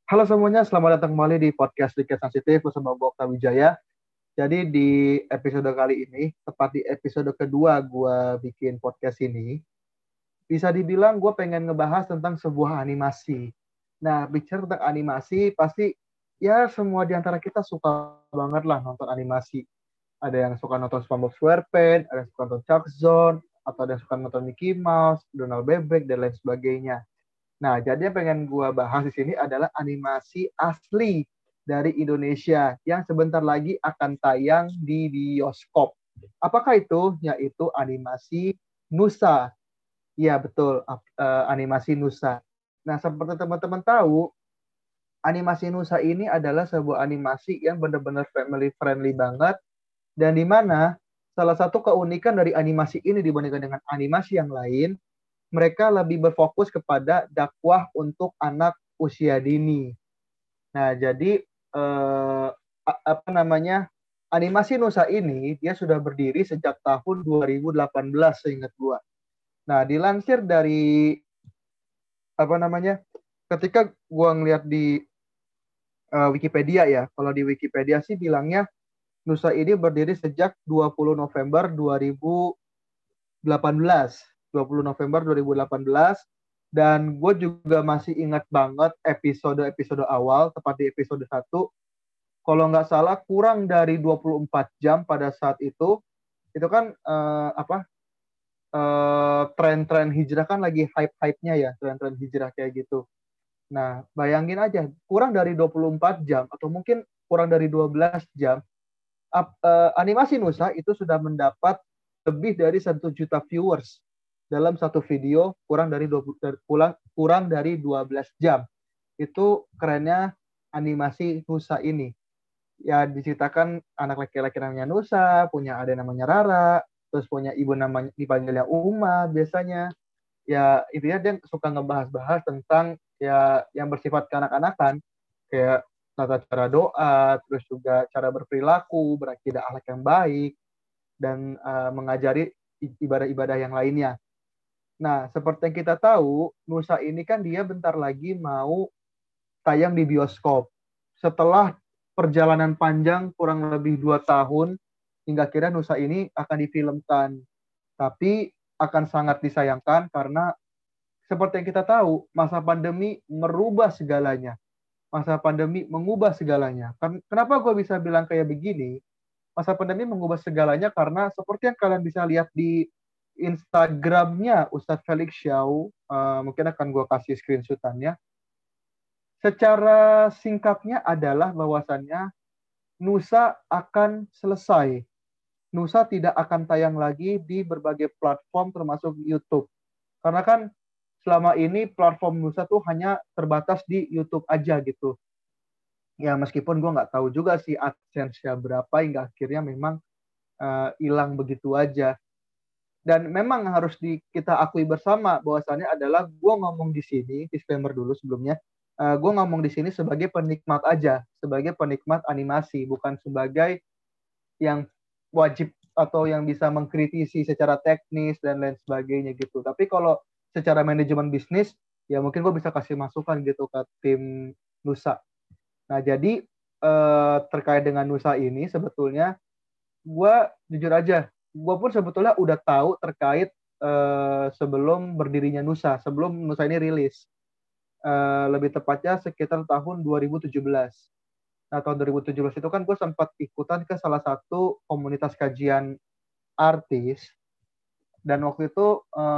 Halo semuanya, selamat datang kembali di podcast Dikit Sensitif bersama gue Okta Wijaya. Jadi di episode kali ini, tepat di episode kedua gue bikin podcast ini, bisa dibilang gue pengen ngebahas tentang sebuah animasi. Nah, bicara tentang animasi, pasti ya semua di antara kita suka banget lah nonton animasi. Ada yang suka nonton SpongeBob SquarePants, ada yang suka nonton Chuck Zone, atau ada yang suka nonton Mickey Mouse, Donald Bebek, dan lain sebagainya. Nah, jadi yang pengen gue bahas di sini adalah animasi asli dari Indonesia yang sebentar lagi akan tayang di bioskop. Apakah itu? Yaitu animasi Nusa. Iya, betul, animasi Nusa. Nah, seperti teman-teman tahu, animasi Nusa ini adalah sebuah animasi yang benar-benar family friendly banget dan di mana salah satu keunikan dari animasi ini dibandingkan dengan animasi yang lain, mereka lebih berfokus kepada dakwah untuk anak usia dini. Nah, jadi apa namanya? Animasi Nusa ini dia sudah berdiri sejak tahun 2018 seingat gua. Nah, dilansir dari apa namanya? Ketika gua ngeliat di Wikipedia ya. Kalau di Wikipedia sih bilangnya Nusa ini berdiri sejak 20 November 2018. 20 November 2018 dan gue juga masih ingat banget episode-episode awal, tepat di episode 1. Kalau nggak salah kurang dari 24 jam pada saat itu kan tren-tren hijrah kan lagi hype-hypenya ya, tren-tren hijrah kayak gitu. Nah, bayangin aja, kurang dari 24 jam atau mungkin kurang dari 12 jam, animasi Nusa itu sudah mendapat lebih dari 1 juta viewers dalam satu video kurang dari 12 jam. Itu kerennya animasi Nusa ini. Ya diceritakan anak laki-laki namanya Nusa, punya adik namanya Rara, terus punya ibu namanya dipanggilnya Uma biasanya. Ya intinya dia suka ngebahas-bahas tentang ya yang bersifat kanak-kanakan kayak tata cara doa, terus juga cara berperilaku, berakidah akhlak yang baik, dan mengajari ibadah-ibadah yang lainnya. Nah, seperti yang kita tahu, Nusa ini kan dia bentar lagi mau tayang di bioskop. Setelah perjalanan panjang kurang lebih 2 tahun, hingga akhirnya Nusa ini akan difilmkan. Tapi akan sangat disayangkan karena seperti yang kita tahu, masa pandemi merubah segalanya. Masa pandemi mengubah segalanya. Kenapa gue bisa bilang kayak begini? Masa pandemi mengubah segalanya karena seperti yang kalian bisa lihat di Instagramnya Ustadz Felix Xiao, mungkin akan gue kasih screenshotannya. Secara singkatnya adalah bahwasannya Nusa akan selesai. Nusa tidak akan tayang lagi di berbagai platform termasuk YouTube. Karena kan selama ini platform Nusa tuh hanya terbatas di YouTube aja gitu. Ya meskipun gue nggak tahu juga sih AdSense-nya berapa hingga akhirnya memang hilang begitu aja. Dan memang harus kita akui bersama bahwasannya adalah gue ngomong di sini, disclaimer dulu sebelumnya, gue ngomong di sini sebagai penikmat aja, sebagai penikmat animasi, bukan sebagai yang wajib atau yang bisa mengkritisi secara teknis dan lain sebagainya gitu. Tapi kalau secara manajemen bisnis, ya mungkin gue bisa kasih masukan gitu ke tim Nusa. Nah jadi terkait dengan Nusa ini sebetulnya gue jujur aja, gue pun sebetulnya udah tahu terkait sebelum berdirinya Nusa, sebelum Nusa ini rilis. Lebih tepatnya sekitar tahun 2017. Nah, tahun 2017 itu kan gue sempat ikutan ke salah satu komunitas kajian artis, dan waktu itu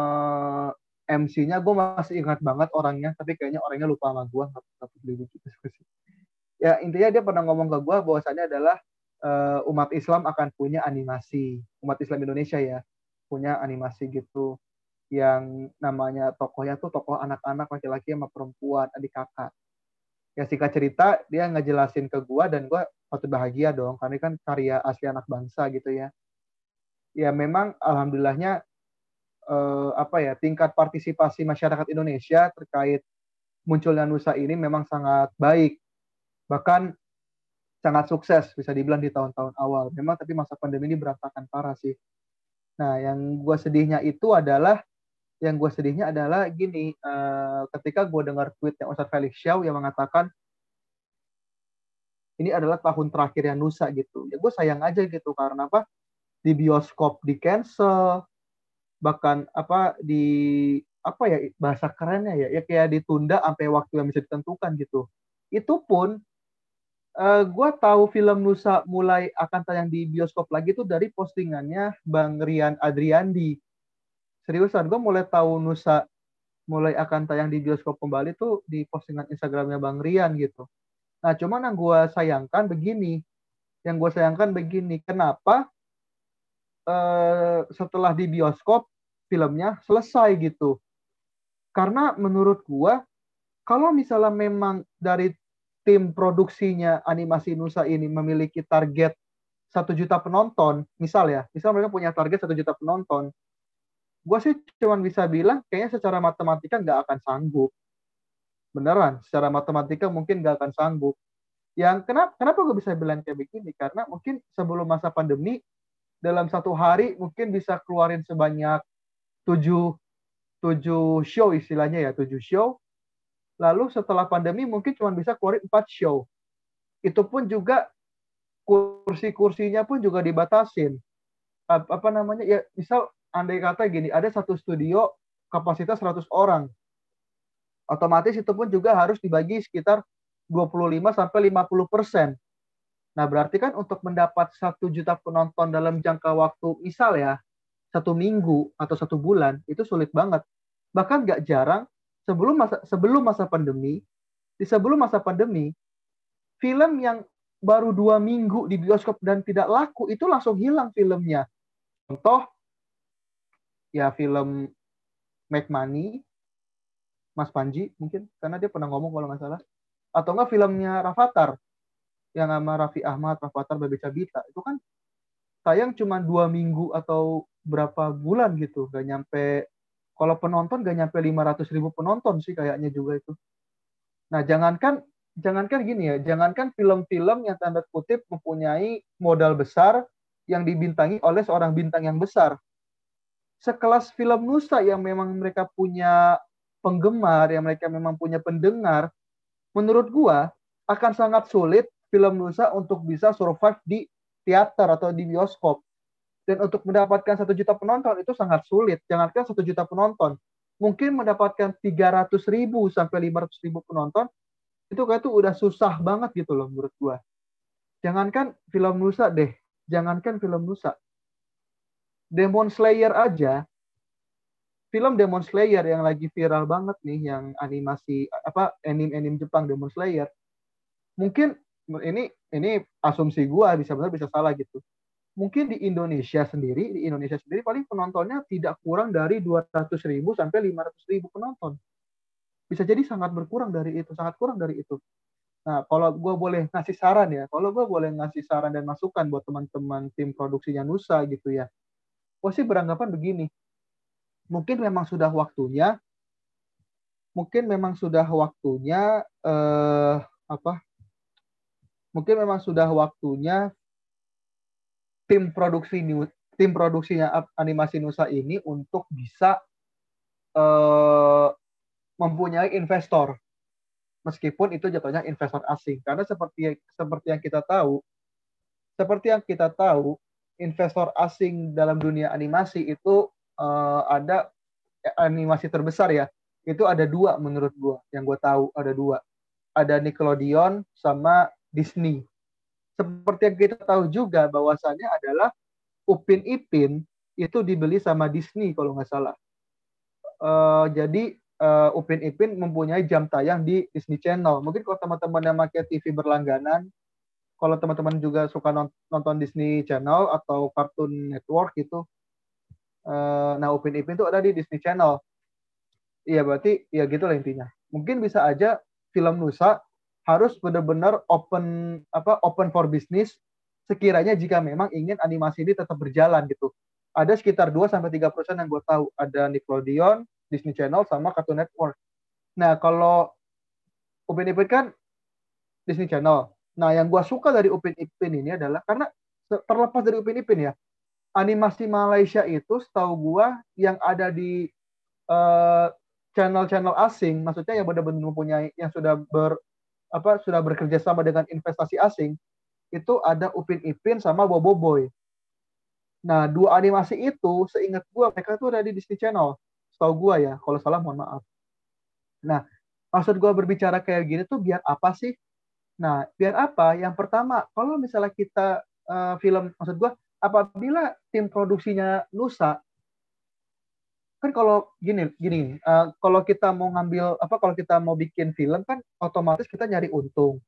MC-nya gue masih ingat banget orangnya, tapi kayaknya orangnya lupa sama gue, nggak peduli gitu sih. Ya intinya dia pernah ngomong ke gue bahwasannya adalah umat Islam akan punya animasi, umat Islam Indonesia ya punya animasi gitu yang namanya tokohnya tuh tokoh anak-anak laki-laki sama perempuan, adik kakak. Ya singkat cerita dia ngejelasin ke gue dan gue patut bahagia dong karena kan karya asli anak bangsa gitu ya. Ya memang alhamdulillahnya apa ya tingkat partisipasi masyarakat Indonesia terkait munculnya Nusa ini memang sangat baik, bahkan sangat sukses bisa dibilang di tahun-tahun awal. Memang tapi masa pandemi ini berantakan parah sih. Nah, yang gue sedihnya adalah gini, ketika gue dengar tweet yang Ustadz Felix Xiao yang mengatakan ini adalah tahun terakhirnya Nusa gitu. Ya gue sayang aja gitu, karena apa? Di bioskop di cancel, bahkan apa di apa ya bahasa kerennya ya kayak ditunda sampai waktu yang bisa ditentukan gitu. Itu pun gue tahu film Nusa mulai akan tayang di bioskop lagi tuh dari postingannya Bang Rian Adriandi. Seriusan, gue mulai tahu Nusa mulai akan tayang di bioskop kembali tuh di postingan Instagramnya Bang Rian gitu. Nah, cuman yang gue sayangkan begini, kenapa setelah di bioskop filmnya selesai gitu? Karena menurut gue, kalau misalnya memang dari tim produksinya animasi Nusa ini memiliki target 1 juta penonton, misal mereka punya target 1 juta penonton, gue sih cuma bisa bilang kayaknya secara matematika nggak akan sanggup. Beneran, secara matematika mungkin nggak akan sanggup. Yang kenapa gue bisa bilang kayak begini? Karena mungkin sebelum masa pandemi, dalam 1 hari mungkin bisa keluarin sebanyak 7 7 show istilahnya ya, 7 show. Lalu setelah pandemi mungkin cuma bisa keluarin 4 show. Itu pun juga kursi-kursinya pun juga dibatasin. Apa namanya ya, misal andai kata gini, ada satu studio kapasitas 100 orang, otomatis itu pun juga harus dibagi sekitar 25-50%. Nah, berarti kan untuk mendapat 1 juta penonton dalam jangka waktu, misal ya, 1 minggu atau 1 bulan, itu sulit banget. Bahkan nggak jarang, sebelum masa pandemi, film yang baru 2 minggu di bioskop dan tidak laku, itu langsung hilang filmnya. Contoh, ya film Make Money, Mas Panji mungkin, karena dia pernah ngomong kalau nggak salah. Atau nggak filmnya Rafathar, yang sama Raffi Ahmad, Rafathar Baby Cabita. Itu kan tayang cuma 2 minggu atau berapa bulan gitu. Gak nyampe, kalau penonton gak nyampe 500.000 penonton sih kayaknya juga itu. Nah, jangankan gini ya, jangankan film-film yang tanda kutip mempunyai modal besar yang dibintangi oleh seorang bintang yang besar. Sekelas film Nusa yang memang mereka punya penggemar, yang mereka memang punya pendengar, menurut gua akan sangat sulit film Nusa untuk bisa survive di teater atau di bioskop. Dan untuk mendapatkan 1 juta penonton itu sangat sulit. Jangankan 1 juta penonton, mungkin mendapatkan 300.000 sampai 500.000 penonton itu kayak tuh udah susah banget gitu loh menurut gua. Jangankan film Nusa deh, jangankan film Nusa, Demon Slayer aja, film Demon Slayer yang lagi viral banget nih, yang animasi apa anime Jepang Demon Slayer, mungkin ini asumsi gua, bisa benar bisa salah gitu. Mungkin di Indonesia sendiri paling penontonnya tidak kurang dari 200.000 sampai 500.000 penonton. Bisa jadi sangat berkurang dari itu, sangat kurang dari itu. Nah, kalau gue boleh ngasih saran ya, kalau gue boleh ngasih saran dan masukan buat teman-teman tim produksinya Nusa gitu ya, gue sih beranggapan begini, mungkin memang sudah waktunya, mungkin memang sudah waktunya apa? Mungkin memang sudah waktunya tim produksi tim produksinya animasi Nusa ini untuk bisa eh, mempunyai investor, meskipun itu jatuhnya investor asing, karena seperti yang kita tahu, investor asing dalam dunia animasi itu ada animasi terbesar ya, itu ada dua menurut gua, yang gue tahu ada dua, ada Nickelodeon sama Disney. Seperti yang kita tahu juga bahwasannya adalah Upin Ipin itu dibeli sama Disney kalau nggak salah. Jadi Upin Ipin mempunyai jam tayang di Disney Channel. Mungkin kalau teman-teman yang pakai TV berlangganan, kalau teman-teman juga suka nonton Disney Channel atau Cartoon Network gitu, nah Upin Ipin itu ada di Disney Channel. Iya, berarti ya gitu lah intinya. Mungkin bisa aja film Nusa harus benar-benar open for business, sekiranya jika memang ingin animasi ini tetap berjalan gitu. Ada sekitar 2-3% yang gue tahu, ada Nickelodeon, Disney Channel sama Cartoon Network. Nah, kalau Upin Ipin kan Disney Channel. Nah, yang gue suka dari Upin Ipin ini adalah karena terlepas dari Upin Ipin ya, animasi Malaysia itu setahu gue yang ada di channel-channel asing, maksudnya yang benar-benar mempunyai, yang sudah sudah bekerja sama dengan investasi asing, itu ada Upin Ipin sama Bobo Boy. Nah, dua animasi itu seingat gue mereka tuh ada di Disney Channel. Setahu gue ya, kalau salah mohon maaf. Nah, maksud gue berbicara kayak gini tuh biar apa sih? Nah, biar apa? Yang pertama, kalau misalnya kita film, maksud gue, apabila tim produksinya Nusa, kan kalau gini, gini, kalau kita mau ngambil kalau kita mau bikin film kan, otomatis kita nyari untung,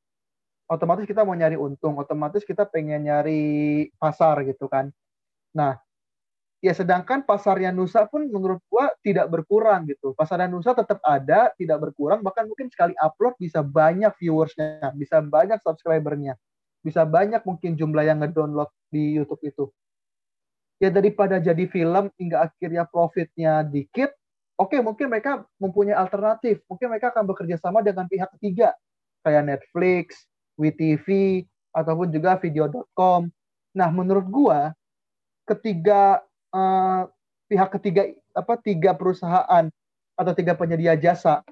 otomatis kita pengen nyari pasar gitu kan. Nah, ya sedangkan pasarnya Nusa pun menurut gua tidak berkurang gitu. Pasarnya Nusa tetap ada, tidak berkurang, bahkan mungkin sekali upload bisa banyak viewersnya, bisa banyak subscribernya, bisa banyak mungkin jumlah yang ngedownload di YouTube itu. Ya daripada jadi film hingga akhirnya profitnya dikit, oke mungkin mereka mempunyai alternatif, mungkin mereka akan bekerja sama dengan pihak ketiga, kayak Netflix, WeTV, ataupun juga video.com. Nah menurut gua ketiga pihak ketiga tiga perusahaan atau tiga penyedia jasa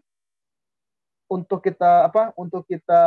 untuk kita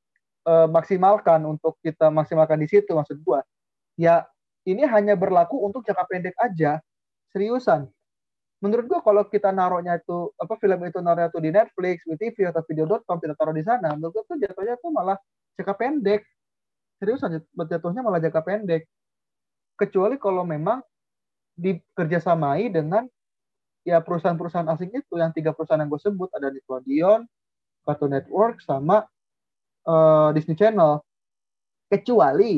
maksimalkan di situ, maksud gua ya ini hanya berlaku untuk jangka pendek aja, seriusan. Menurut gua kalau kita naruhnya itu film itu naruhnya tuh di Netflix, WeTV atau video.com, kita taruh di sana, menurut gua tuh jatuhnya tuh malah jangka pendek, seriusan jatuhnya malah jangka pendek, kecuali kalau memang dikerjasamai dengan ya perusahaan-perusahaan asing itu, yang tiga perusahaan yang gue sebut, ada Nickelodeon, Cartoon Network, sama Disney Channel. Kecuali,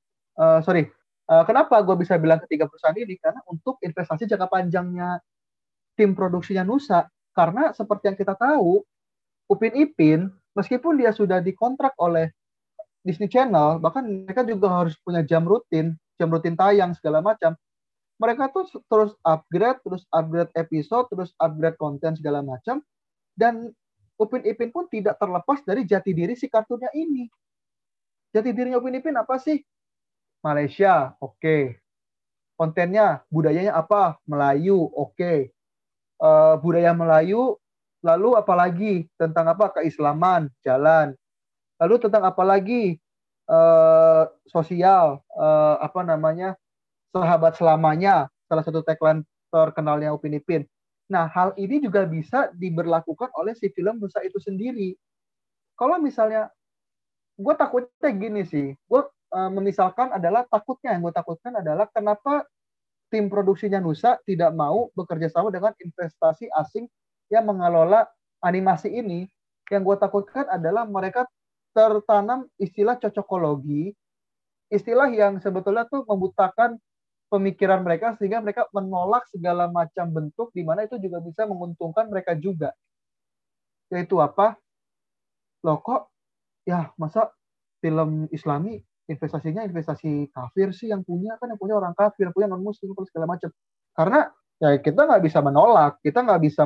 kenapa gue bisa bilang ketiga perusahaan ini? Karena untuk investasi jangka panjangnya tim produksinya Nusa, karena seperti yang kita tahu, Upin Ipin, meskipun dia sudah dikontrak oleh Disney Channel, bahkan mereka juga harus punya jam rutin tayang segala macam. Mereka tuh terus upgrade episode, terus upgrade konten segala macam, dan Upin Ipin pun tidak terlepas dari jati diri si kartunnya ini. Jati dirinya Upin Ipin apa sih? Malaysia, oke. Kontennya, budayanya apa? Melayu, oke. Budaya Melayu, lalu apalagi tentang keislaman, jalan. Lalu tentang apa lagi? Sosial, sahabat selamanya, salah satu tagline terkenalnya Upin Ipin. Nah, hal ini juga bisa diberlakukan oleh si film Nusa itu sendiri. Kalau misalnya, gue takutnya gini sih, gue yang gue takutkan adalah kenapa tim produksinya Nusa tidak mau bekerja sama dengan investasi asing yang mengelola animasi ini. Yang gue takutkan adalah mereka tertanam istilah cocokologi, istilah yang sebetulnya tuh membutakan pemikiran mereka sehingga mereka menolak segala macam bentuk di mana itu juga bisa menguntungkan mereka juga. Yaitu apa? Loh kok ya masa film Islami investasinya investasi kafir sih yang punya orang kafir, punya non muslim segala macam. Karena ya kita nggak bisa menolak, kita nggak bisa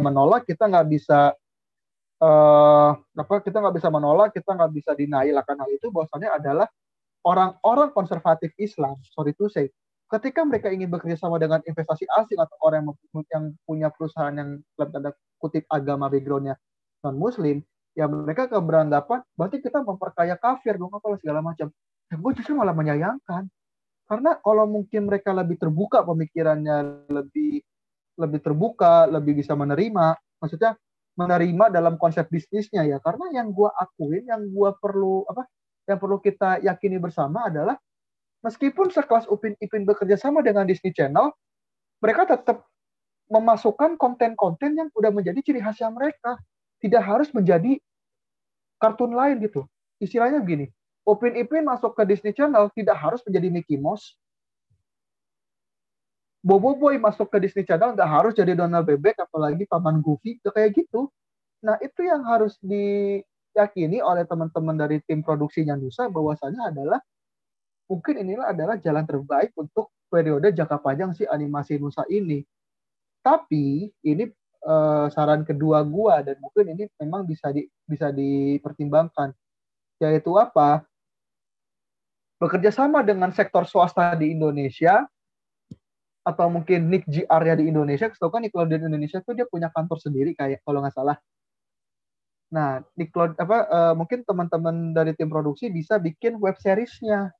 kita nggak bisa denial akan hal itu, bahwasannya adalah orang-orang konservatif Islam, sorry to say, ketika mereka ingin bekerja sama dengan investasi asing atau orang yang punya perusahaan yang dalam tanda kutip agama backgroundnya non muslim, ya mereka keberanggapan berarti kita memperkaya kafir dong apa segala macam. Dan gue justru malah menyayangkan, karena kalau mungkin mereka lebih terbuka pemikirannya, lebih lebih terbuka, lebih bisa menerima, maksudnya menerima dalam konsep bisnisnya ya. Karena yang gue akuin, yang perlu kita yakini bersama adalah meskipun sekelas Upin Ipin bekerja sama dengan Disney Channel, mereka tetap memasukkan konten-konten yang udah menjadi ciri khasnya mereka. Tidak harus menjadi kartun lain gitu. Istilahnya begini, Upin Ipin masuk ke Disney Channel tidak harus menjadi Mickey Mouse. Bobo Boy masuk ke Disney Channel nggak harus jadi Donald Bebek, apalagi Paman Goofy, kayak gitu. Nah, itu yang harus diyakini oleh teman-teman dari tim produksinya Nusa, bahwasanya adalah mungkin inilah adalah jalan terbaik untuk periode jangka panjang si animasi Nusa ini. Tapi ini saran kedua gua, dan mungkin ini memang bisa dipertimbangkan, yaitu apa? Bekerja sama dengan sektor swasta di Indonesia, atau mungkin Nick JR-nya di Indonesia. Setahu kan Nickelodeon Indonesia tuh dia punya kantor sendiri kayak kalau nggak salah. Nah, mungkin teman-teman dari tim produksi bisa bikin web seriesnya,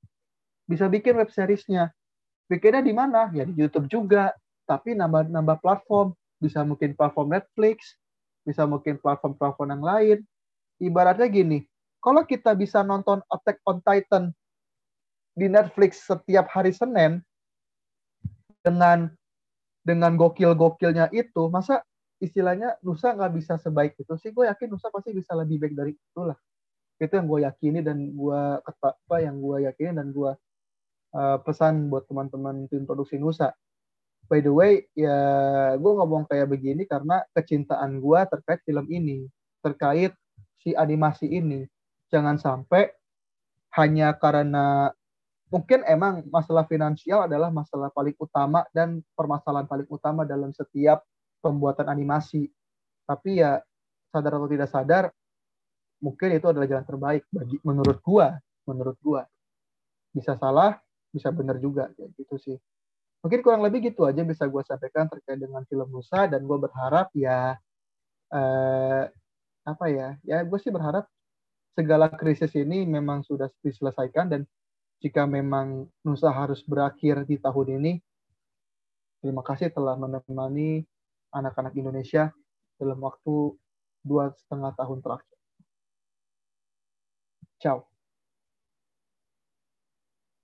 bikinnya di mana? Ya di YouTube juga, tapi nambah platform, bisa mungkin platform Netflix, bisa mungkin platform-platform yang lain. Ibaratnya gini, kalau kita bisa nonton Attack on Titan di Netflix setiap hari Senin dengan gokil-gokilnya itu, masa istilahnya Nusa nggak bisa sebaik itu sih? Gue yakin Nusa pasti bisa lebih baik dari itu lah. Itu yang gue yakini dan gue yakini dan gue pesan buat teman-teman tim produksi Nusa. By the way, ya gue ngomong kayak begini karena kecintaan gue terkait film ini, terkait si animasi ini. Jangan sampai hanya karena mungkin emang masalah finansial adalah masalah paling utama dan permasalahan paling utama dalam setiap pembuatan animasi. Tapi ya sadar atau tidak sadar, mungkin itu adalah jalan terbaik menurut gua. Bisa salah, bisa benar juga kayak gitu sih. Mungkin kurang lebih gitu aja bisa gue sampaikan terkait dengan film Nusa dan gue berharap ya eh, apa ya gue sih berharap segala krisis ini memang sudah diselesaikan dan jika memang Nusa harus berakhir di tahun ini, terima kasih telah menemani anak-anak Indonesia dalam waktu 2,5 tahun terakhir. Ciao.